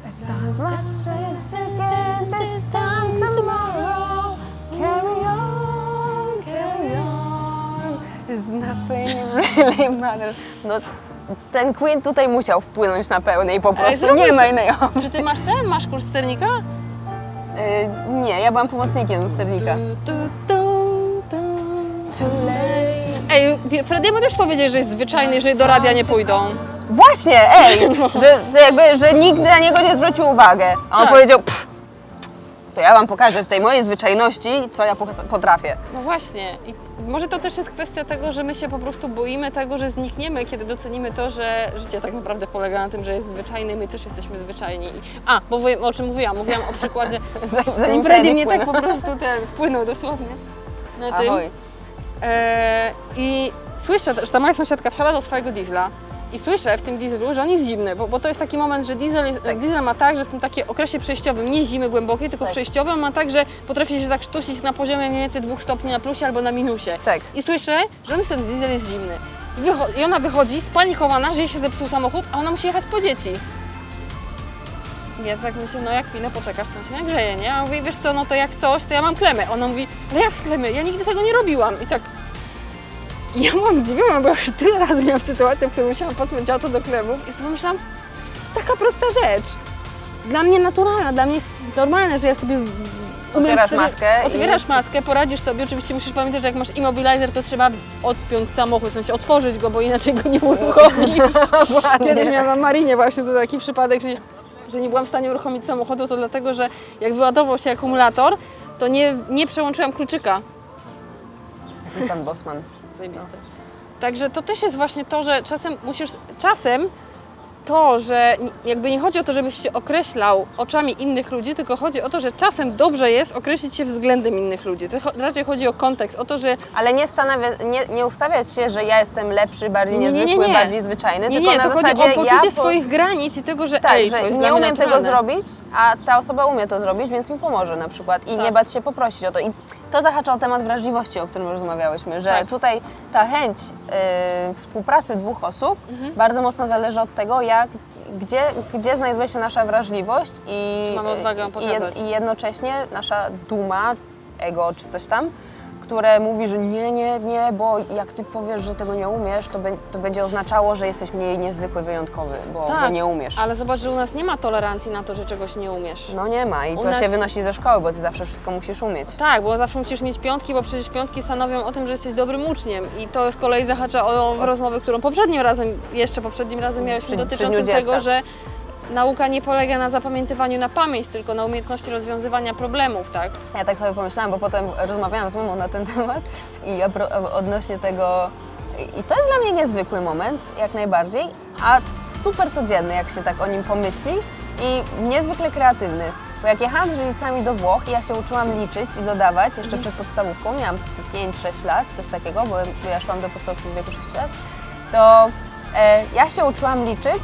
This time tomorrow. Carry on, carry on. There's nothing really matters. No, ten Queen tutaj musiał wpłynąć na pełnej po prostu. Nie ma innej opcji. Czy ty masz kurs sternika? Nie, ja byłam pomocnikiem sternika. Ej, Frediemu też powiedzieli, że jest zwyczajny, że do radia nie pójdą. Właśnie, że nikt na niego nie zwrócił uwagę. A on Tak. powiedział, to ja wam pokażę w tej mojej zwyczajności, co ja potrafię. No właśnie. I może to też jest kwestia tego, że my się po prostu boimy tego, że znikniemy, kiedy docenimy to, że życie tak naprawdę polega na tym, że jest zwyczajne i my też jesteśmy zwyczajni. Bo o czym mówiłam? Mówiłam o przykładzie, Zanim Freddy mnie wpłynął. tak po prostu wpłynął dosłownie na tym. Ahoj. I słyszę, że ta moja sąsiadka wsiada do swojego diesla i słyszę w tym dieslu, że on jest zimny, bo to jest taki moment, że diesel ma tak, że w tym takim okresie przejściowym, nie zimy głębokiej, tylko przejściowym, on ma tak, że potrafi się zakrztusić na poziomie mniej więcej 2 stopni na plusie albo na minusie. Tak. I słyszę, że ten diesel jest zimny. I ona wychodzi spanikowana, że jej się zepsuł samochód, a ona musi jechać po dzieci. Więc tak myślę, no jak chwilę poczekasz, to się nagrzeje, nie? A mówi, wiesz co, no to jak coś, to ja mam klemę. Ona mówi, ale jak klemę? Ja nigdy tego nie robiłam. I tak, ja byłam zdziwiona, bo już tyle razy miałam sytuację, w której musiałam podpiąć auto do klemów i sobie myślałam, taka prosta rzecz. Dla mnie naturalna, dla mnie jest normalne, że ja sobie otwierasz maskę, poradzisz sobie. Oczywiście musisz pamiętać, że jak masz immobilizer, to trzeba odpiąć samochód, w sensie otworzyć go, bo inaczej go nie uruchomisz. Kiedyś miałam na Marinie właśnie to taki przypadek, że nie byłam w stanie uruchomić samochodu, to dlatego, że jak wyładował się akumulator, to nie przełączyłam kluczyka. Pan Bosman. Zajebiste. Także to też jest właśnie to, że czasem to, że jakby nie chodzi o to, żebyś się określał oczami innych ludzi, tylko chodzi o to, że czasem dobrze jest określić się względem innych ludzi. To raczej chodzi o kontekst, o to, że... Ale nie ustawiać się, że ja jestem lepszy, bardziej niezwykły, bardziej zwyczajny, tylko to na chodzi zasadzie o poczucie swoich granic i tego, że tak, to że jest nie umiem tego naturalne. zrobić, a ta osoba umie to zrobić, więc mi pomoże na przykład i nie bać się poprosić o to. I to zahacza o temat wrażliwości, o którym rozmawiałyśmy, że tutaj ta chęć współpracy 2 osób bardzo mocno zależy od tego, gdzie znajduje się nasza wrażliwość mamy odwagę pokazać. i jednocześnie nasza duma, ego czy coś tam, które mówi, że nie, bo jak ty powiesz, że tego nie umiesz, to będzie oznaczało, że jesteś mniej niezwykły, wyjątkowy, bo nie umiesz. Ale zobacz, że u nas nie ma tolerancji na to, że czegoś nie umiesz. No nie ma i to się wynosi ze szkoły, bo ty zawsze wszystko musisz umieć. Tak, bo zawsze musisz mieć 5, bo przecież 5 stanowią o tym, że jesteś dobrym uczniem i to z kolei zahacza o rozmowę, którą poprzednim razem miałyśmy dotyczącym tego, że nauka nie polega na zapamiętywaniu na pamięć, tylko na umiejętności rozwiązywania problemów, tak? Ja tak sobie pomyślałam, bo potem rozmawiałam z mamą na ten temat i odnośnie tego, i to jest dla mnie niezwykły moment, jak najbardziej, a super codzienny, jak się tak o nim pomyśli i niezwykle kreatywny. Bo jak jechałam z rodzicami do Włoch i ja się uczyłam liczyć i dodawać jeszcze przed podstawówką, miałam 5-6 lat, coś takiego, bo ja szłam do podstawówki w wieku 6 lat, to ja się uczyłam liczyć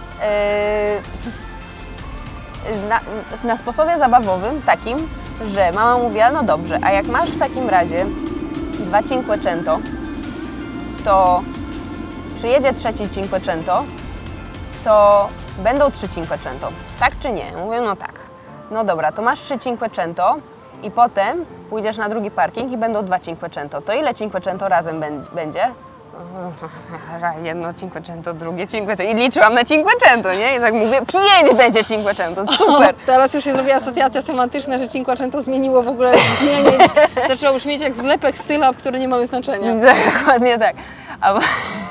na sposobie zabawowym takim, że mama mówiła, no dobrze, a jak masz w takim razie 2 cinquecento, to przyjedzie 3 cinquecento, to będą 3 cinquecento, tak czy nie? Mówię, no tak. No dobra, to masz 3 cinquecento i potem pójdziesz na drugi parking i będą 2 cinquecento. To ile cinquecento razem będzie? Jedno cinquecento, drugie cinquecento i liczyłam na cinquecento, nie? I tak mówię, 5 będzie cinquecento, super! Teraz już się zrobiła asocjacja semantyczna, że cinquecento zmieniło w ogóle brzmienie. Zaczęło już mieć jak zlepek sylab, które nie mają znaczenia. Dokładnie tak.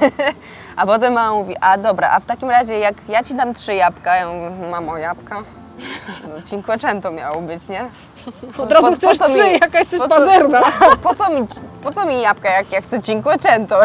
A potem mama mówi, a dobra, a w takim razie jak ja ci dam 3 jabłka, ja mówię, mamo, jabłka? No, Cinquecento miało być, nie? Od razu chcesz co mi- 3, jaka jesteś po co- pazerna. Po co mi jabłka, jak chcę Cinquecento?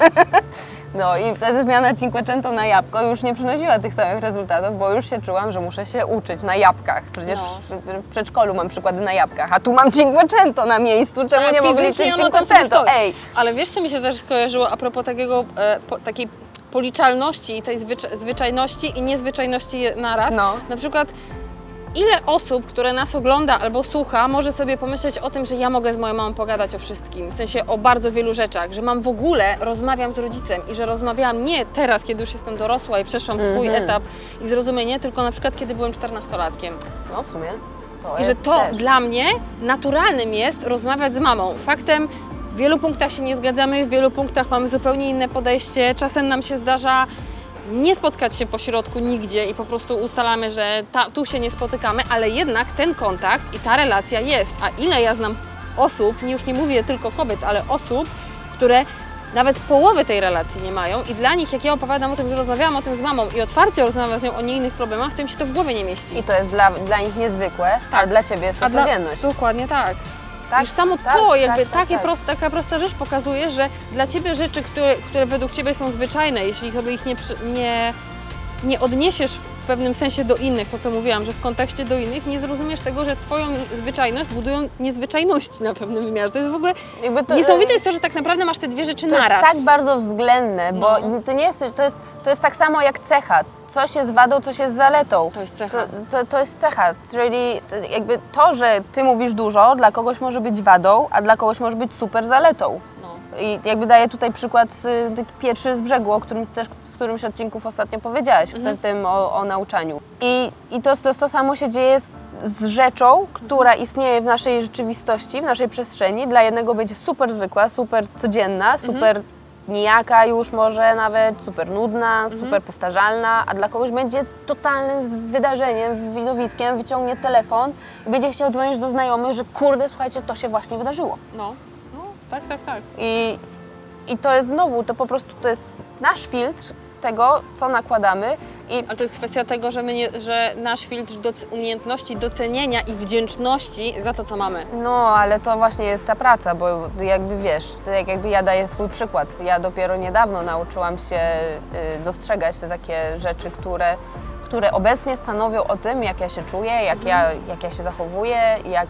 No i wtedy zmiana Cinquecento na jabłko już nie przynosiła tych samych rezultatów, bo już się czułam, że muszę się uczyć na jabłkach. Przecież w przedszkolu mam przykłady na jabłkach, a tu mam Cinquecento na miejscu, czemu nie mogę liczyć fizycznie ono tam sobie Cinquecento? stoi. Ej! Ale wiesz, co mi się też skojarzyło a propos takiej policzalności i tej zwyczajności i niezwyczajności naraz? No. Na przykład ile osób, które nas ogląda albo słucha, może sobie pomyśleć o tym, że ja mogę z moją mamą pogadać o wszystkim, w sensie o bardzo wielu rzeczach, że mam w ogóle, rozmawiam z rodzicem i że rozmawiałam nie teraz, kiedy już jestem dorosła i przeszłam swój etap i zrozumienie, tylko na przykład kiedy byłem 14-latkiem. No w sumie to I że jest to też. dla mnie naturalnym jest rozmawiać z mamą. Faktem, w wielu punktach się nie zgadzamy, w wielu punktach mamy zupełnie inne podejście, czasem nam się zdarza nie spotkać się po środku nigdzie i po prostu ustalamy, że tu się nie spotykamy, ale jednak ten kontakt i ta relacja jest. A ile ja znam osób, już nie mówię tylko kobiet, ale osób, które nawet połowy tej relacji nie mają i dla nich, jak ja opowiadam o tym, że rozmawiałam o tym z mamą i otwarcie rozmawiam z nią o nie innych problemach, to im się to w głowie nie mieści. I to jest dla nich niezwykłe, a dla Ciebie jest to codzienność. Dokładnie tak. Tak, Już samo tak, to, jakby tak, tak. taka prosta rzecz pokazuje, że dla Ciebie rzeczy, które według Ciebie są zwyczajne, jeśli sobie ich nie odniesiesz w pewnym sensie do innych, to co mówiłam, że w kontekście do innych nie zrozumiesz tego, że Twoją zwyczajność budują niezwyczajności na pewnym wymiarze. To jest w ogóle niesamowite jest to, że tak naprawdę masz te dwie rzeczy To naraz. jest tak bardzo względne, bo ty nie jesteś, to jest tak samo jak cecha. Coś jest wadą, coś jest zaletą. To jest cecha. To jest cecha, czyli jakby to, że Ty mówisz dużo, dla kogoś może być wadą, a dla kogoś może być super zaletą. No. I jakby daję tutaj przykład taki pierwszy z brzegu, o którym też w którymś odcinków ostatnio powiedziałaś, tym o nauczaniu. I to samo się dzieje z rzeczą, która istnieje w naszej rzeczywistości, w naszej przestrzeni. Dla jednego będzie super zwykła, super codzienna, super nijaka już może nawet, super nudna, super powtarzalna, a dla kogoś będzie totalnym wydarzeniem, widowiskiem, wyciągnie telefon i będzie chciał dzwonić do znajomych, że kurde, słuchajcie, to się właśnie wydarzyło. No, tak. I to jest znowu, to po prostu to jest nasz filtr tego, co nakładamy. Ale to jest kwestia tego, że nasz filtr umiejętności docenienia i wdzięczności za to, co mamy. No, ale to właśnie jest ta praca, bo jakby wiesz, to jakby ja daję swój przykład. Ja dopiero niedawno nauczyłam się dostrzegać te takie rzeczy, które obecnie stanowią o tym, jak ja się czuję, jak ja się zachowuję,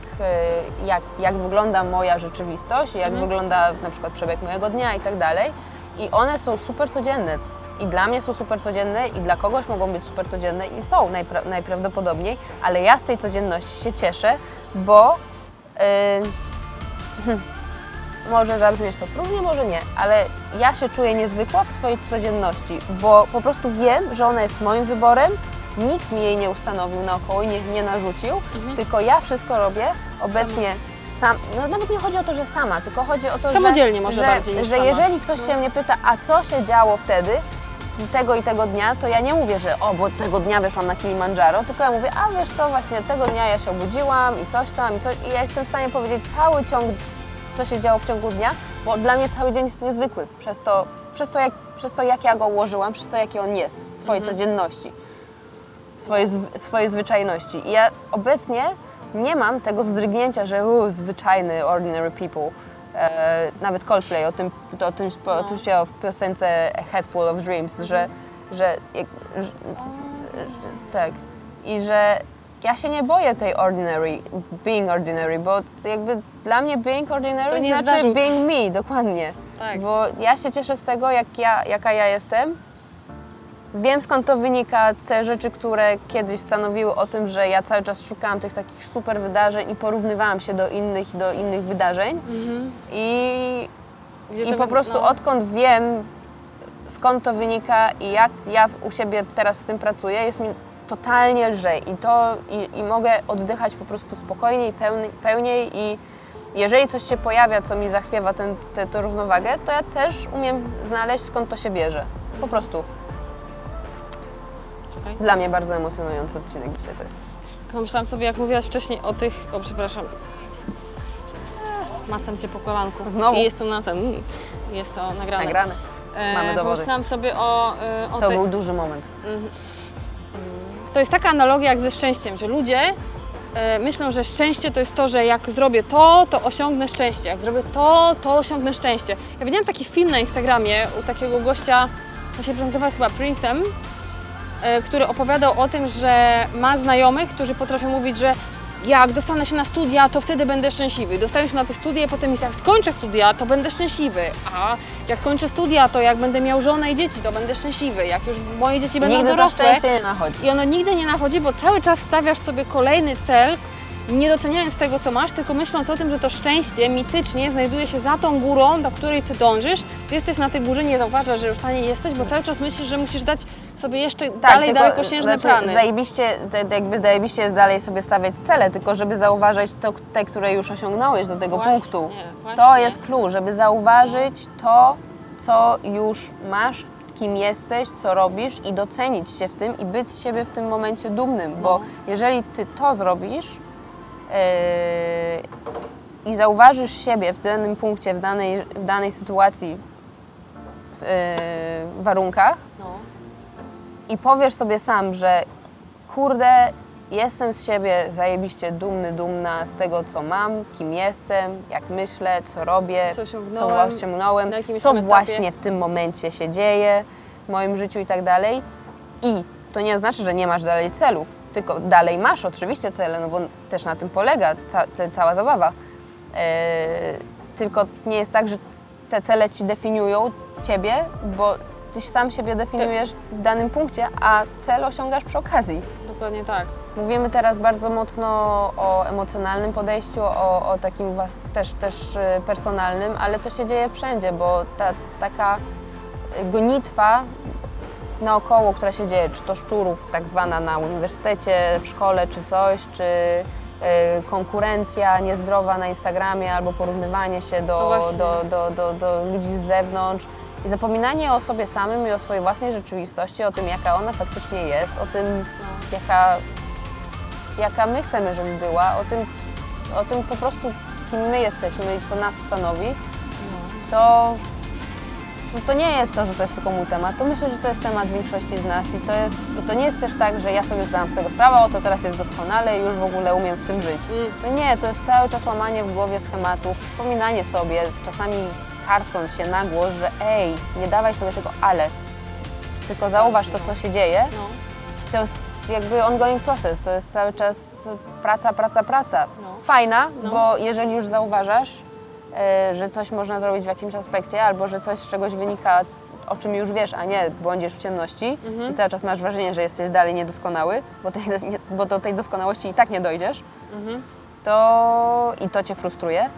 jak wygląda moja rzeczywistość, jak wygląda na przykład przebieg mojego dnia i tak dalej. I one są super codzienne. I dla mnie są super codzienne i dla kogoś mogą być super codzienne i są najprawdopodobniej, ale ja z tej codzienności się cieszę, bo może zabrzmieć to próżnie, może nie, ale ja się czuję niezwykła w swojej codzienności, bo po prostu wiem, że ona jest moim wyborem, nikt mi jej nie ustanowił naokoło i nie narzucił, tylko ja wszystko robię obecnie no nawet nie chodzi o to, że sama, tylko chodzi o to, samodzielnie może bardziej niż że sama. jeżeli ktoś się mnie pyta, a co się działo wtedy, tego i tego dnia, to ja nie mówię, że bo tego dnia wyszłam na Kilimandżaro, tylko ja mówię, a wiesz co, właśnie tego dnia ja się obudziłam i coś tam, i ja jestem w stanie powiedzieć cały ciąg, co się działo w ciągu dnia, bo dla mnie cały dzień jest niezwykły, przez to jak ja go ułożyłam, przez to jaki on jest w swojej codzienności, swojej zwyczajności. I ja obecnie nie mam tego wzdrygnięcia, że zwyczajny, ordinary people. Nawet Coldplay o tym śpiewał w piosence A Head Full of Dreams, tak. I że ja się nie boję tej being ordinary, bo jakby dla mnie being ordinary to nie znaczy zarzut. being me, dokładnie. Tak. Bo ja się cieszę z tego, jaka ja jestem. Wiem, skąd to wynika, te rzeczy, które kiedyś stanowiły o tym, że ja cały czas szukałam tych takich super wydarzeń i porównywałam się do innych wydarzeń. I po prostu odkąd wiem, skąd to wynika i jak ja u siebie teraz z tym pracuję, jest mi totalnie lżej i mogę oddychać po prostu spokojniej, pełniej i jeżeli coś się pojawia, co mi zachwiewa tę równowagę, to ja też umiem znaleźć, skąd to się bierze. Po prostu. Dla mnie bardzo emocjonujący odcinek dzisiaj to jest. Pomyślałam sobie, jak mówiłaś wcześniej o tych... O, przepraszam. Macam Cię po kolanku. Znowu? I jest to jest to nagrane. Mamy dowody. Pomyślałam sobie o To był duży moment. To jest taka analogia jak ze szczęściem, że ludzie myślą, że szczęście to jest to, że jak zrobię to, to osiągnę szczęście. Jak zrobię to, to osiągnę szczęście. Ja widziałam taki film na Instagramie u takiego gościa, on się nazywa chyba Prince'em, który opowiadał o tym, że ma znajomych, którzy potrafią mówić, że jak dostanę się na studia, to wtedy będę szczęśliwy. Dostanę się na te studia, potem jest jak skończę studia, to będę szczęśliwy. A jak kończę studia, to jak będę miał żonę i dzieci, to będę szczęśliwy. Jak już moje dzieci będą dorosłe. Nigdy to szczęście nie nachodzi. I ono nigdy nie nachodzi, bo cały czas stawiasz sobie kolejny cel, nie doceniając tego, co masz, tylko myśląc o tym, że to szczęście mitycznie znajduje się za tą górą, do której ty dążysz. Ty jesteś na tej górze, nie zauważasz, że już na niej jesteś, bo cały czas myślisz, że musisz dać sobie jeszcze dalej dalekosiężne plany. Zajebiście jest dalej sobie stawiać cele, tylko żeby zauważyć te, które już osiągnąłeś do tego punktu. To jest clue, żeby zauważyć to, co już masz, kim jesteś, co robisz i docenić się w tym i być z siebie w tym momencie dumnym, bo jeżeli ty to zrobisz i zauważysz siebie w danym punkcie, w danej sytuacji, warunkach i powiesz sobie sam, że kurde, jestem z siebie zajebiście dumny, dumna z tego, co mam, kim jestem, jak myślę, co robię, co osiągnąłem, co właśnie w tym momencie się dzieje w moim życiu i tak dalej. I to nie oznacza, że nie masz dalej celów, tylko dalej masz oczywiście cele, no bo też na tym polega cała zabawa. Tylko nie jest tak, że te cele ci definiują ciebie, bo ty sam siebie definiujesz w danym punkcie, a cel osiągasz przy okazji. Dokładnie tak. Mówimy teraz bardzo mocno o emocjonalnym podejściu, o takim też personalnym, ale to się dzieje wszędzie, bo ta taka gonitwa naokoło, która się dzieje, czy to szczurów tak zwana na uniwersytecie, w szkole, czy coś, czy konkurencja niezdrowa na Instagramie albo porównywanie się do ludzi z zewnątrz i zapominanie o sobie samym i o swojej własnej rzeczywistości, o tym, jaka ona faktycznie jest, o tym, jaka my chcemy, żeby była, o tym po prostu, kim my jesteśmy i co nas stanowi, to nie jest to, że to jest tylko mój temat. To myślę, że to jest temat większości z nas i to nie jest też tak, że ja sobie zdałam z tego sprawę, o to teraz jest doskonale i już w ogóle umiem w tym żyć. To nie, to jest cały czas łamanie w głowie schematów, przypominanie sobie, czasami karcąc się na głos, że ej, nie dawaj sobie tego ale, tylko zauważ to, co się dzieje. To jest jakby ongoing process, to jest cały czas praca. Fajna, bo jeżeli już zauważasz, że coś można zrobić w jakimś aspekcie, albo że coś z czegoś wynika, o czym już wiesz, a nie błądzisz w ciemności i cały czas masz wrażenie, że jesteś dalej niedoskonały, bo do tej doskonałości i tak nie dojdziesz, i to cię frustruje,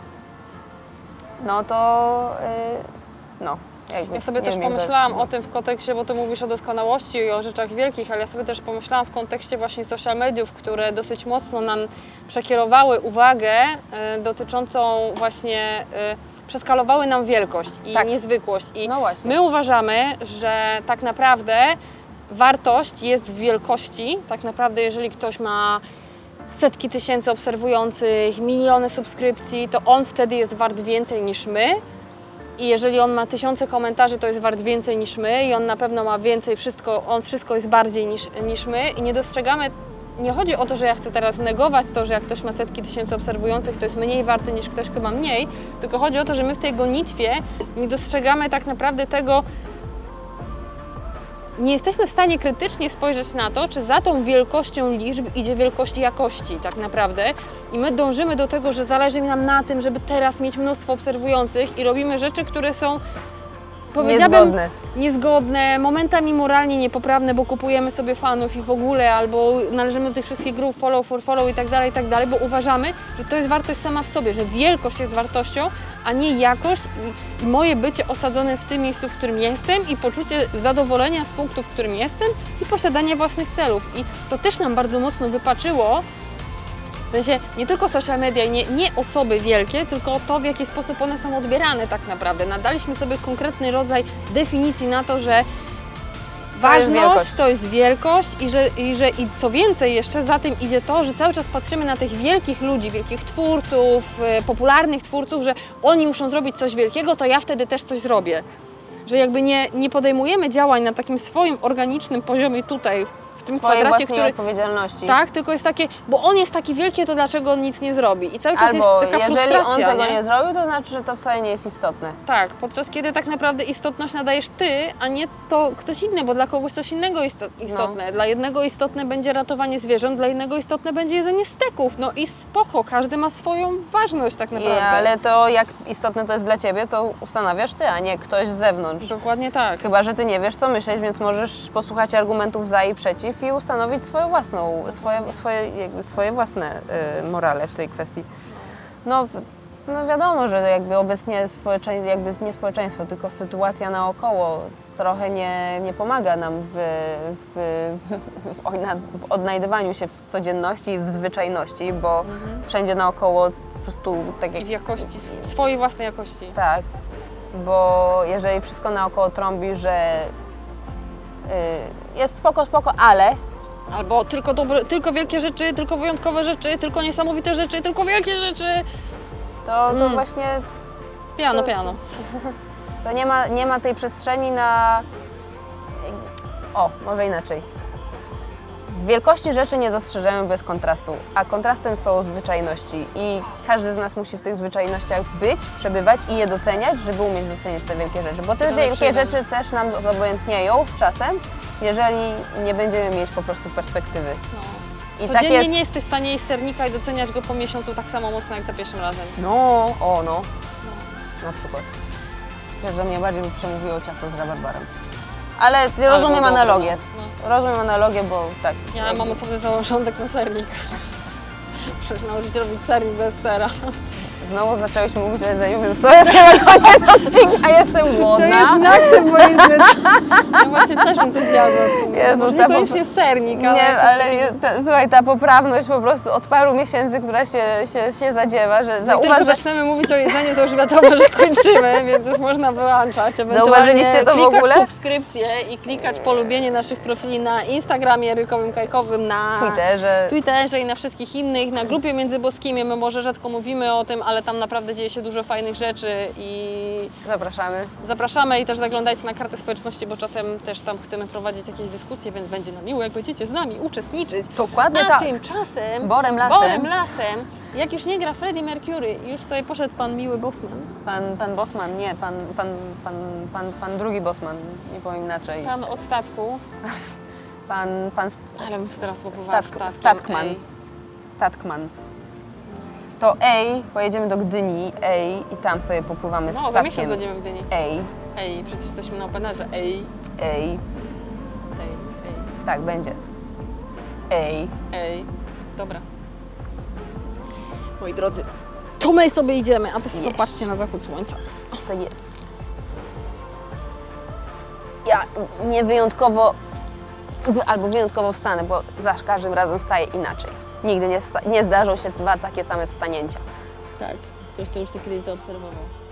Ja sobie też pomyślałam o tym w kontekście, bo ty mówisz o doskonałości i o rzeczach wielkich, ale ja sobie też pomyślałam w kontekście właśnie social mediów, które dosyć mocno nam przekierowały uwagę dotyczącą właśnie, przeskalowały nam wielkość i niezwykłość. I my uważamy, że tak naprawdę wartość jest w wielkości. Tak naprawdę jeżeli ktoś ma setki tysięcy obserwujących, miliony subskrypcji, to on wtedy jest wart więcej niż my. I jeżeli on ma tysiące komentarzy, to jest wart więcej niż my i on na pewno ma więcej, wszystko jest bardziej niż my i nie dostrzegamy, nie chodzi o to, że ja chcę teraz negować to, że jak ktoś ma setki tysięcy obserwujących, to jest mniej warty niż ktoś chyba mniej, tylko chodzi o to, że my w tej gonitwie nie dostrzegamy tak naprawdę tego, nie jesteśmy w stanie krytycznie spojrzeć na to, czy za tą wielkością liczb idzie wielkość jakości tak naprawdę i my dążymy do tego, że zależy nam na tym, żeby teraz mieć mnóstwo obserwujących i robimy rzeczy, które są, powiedziałabym, niezgodne, momentami moralnie niepoprawne, bo kupujemy sobie fanów i w ogóle, albo należymy do tych wszystkich grup follow for follow i tak dalej, bo uważamy, że to jest wartość sama w sobie, że wielkość jest wartością, a nie jakość i moje bycie osadzonym w tym miejscu, w którym jestem i poczucie zadowolenia z punktu, w którym jestem i posiadanie własnych celów. I to też nam bardzo mocno wypaczyło, w sensie nie tylko social media, nie osoby wielkie, tylko to, w jaki sposób one są odbierane tak naprawdę. Nadaliśmy sobie konkretny rodzaj definicji na to, że ważność to jest wielkość i co więcej jeszcze za tym idzie to, że cały czas patrzymy na tych wielkich ludzi, wielkich twórców, popularnych twórców, że oni muszą zrobić coś wielkiego, to ja wtedy też coś zrobię. Że jakby nie podejmujemy działań na takim swoim organicznym poziomie tutaj, w tym swojej kwadracie, własnej który... odpowiedzialności. Tak, tylko jest takie, bo on jest taki wielki, to dlaczego on nic nie zrobi? I cały czas Albo jest taka jeżeli on frustracja, tego nie zrobił, to znaczy, że to wcale nie jest istotne. Tak, podczas kiedy tak naprawdę istotność nadajesz ty, a nie to ktoś inny, bo dla kogoś coś innego jest istotne. No. Dla jednego istotne będzie ratowanie zwierząt, dla innego istotne będzie jedzenie steków. No i spoko, każdy ma swoją ważność tak naprawdę. Ale to jak istotne to jest dla Ciebie, to ustanawiasz Ty, a nie ktoś z zewnątrz. Dokładnie tak. Chyba że Ty nie wiesz, co myśleć, więc możesz posłuchać argumentów za i przeciw i ustanowić swoją własną, swoje własne morale w tej kwestii. No wiadomo, że jakby obecnie nie społeczeństwo, tylko sytuacja naokoło trochę nie pomaga nam w odnajdywaniu się w codzienności i w zwyczajności, bo wszędzie naokoło po prostu tak jak... I w jakości, w swojej własnej jakości. Tak, bo jeżeli wszystko naokoło trąbi, że jest spoko, ale... Albo tylko dobre, tylko wielkie rzeczy, tylko wyjątkowe rzeczy, tylko niesamowite rzeczy, tylko wielkie rzeczy. To właśnie... Piano, To- piano. To nie ma tej przestrzeni na... może inaczej. Wielkości rzeczy nie dostrzeżemy bez kontrastu, a kontrastem są zwyczajności i każdy z nas musi w tych zwyczajnościach być, przebywać i je doceniać, żeby umieć doceniać te wielkie rzeczy, bo te To wielkie lepsze, rzeczy też nam zobojętnieją z czasem, jeżeli nie będziemy mieć po prostu perspektywy. I tak Codziennie jest. nie jesteś w stanie jeść sernika i doceniać go po miesiącu tak samo mocno jak za pierwszym razem. No, na przykład. Wiesz, że mnie bardziej by przemówiło ciasto z rabarbarem. Ale rozumiem dobre, analogię. no. Rozumiem analogię, bo tak. Ja mam osobny założądek na sernik. Muszę się nauczyć robić sernik bez sera. Znowu zaczęłyśmy mówić o jedzeniu, więc to jest chyba koniec odcinka, jestem głodna. To jest znak symboliczny. Ja właśnie też bym coś zjadła w sumie. Jezu, Może ta niekoniecznie sernik, ale Nie, coś ale takiego. słuchaj, ta poprawność po prostu od paru miesięcy, która się zadziewa, że Jak zauważ, tylko że zaczniemy mówić o jedzeniu, to już wiadomo, że kończymy, więc już można wyłączać. Zauważyliście to w klikać ogóle? subskrypcję i klikać polubienie naszych profili na Instagramie Rykowym Kajkowym, na Twitterze i na wszystkich innych, na grupie Między Boskimi. My może rzadko mówimy o tym, ale tam naprawdę dzieje się dużo fajnych rzeczy i Zapraszamy. zapraszamy i też zaglądajcie na kartę społeczności, bo czasem też tam chcemy prowadzić jakieś dyskusje, więc będzie nam miło, jak będziecie z nami uczestniczyć. Dokładnie A tak. tymczasem Borem lasem. jak już nie gra Freddie Mercury, już sobie poszedł pan miły Bosman. Pan Bosman, nie, pan drugi Bosman, nie powiem inaczej. Pan od statku. Pan Ale bym sobie teraz popływała Statkman. Statkman. To pojedziemy do Gdyni, i tam sobie popływamy No, za statkiem. miesiąc będziemy w Gdyni. Ej, Przecież jesteśmy na openerze. ej, Ej. tak będzie. Dobra. Moi drodzy, to my sobie idziemy, a wy sobie Jeść. popatrzcie na zachód słońca. Tak jest. Ja wyjątkowo wstanę, bo za każdym razem wstaję inaczej. Nigdy nie zdarzą się dwa takie same wstanięcia. Tak, ktoś to już to kiedyś zaobserwował.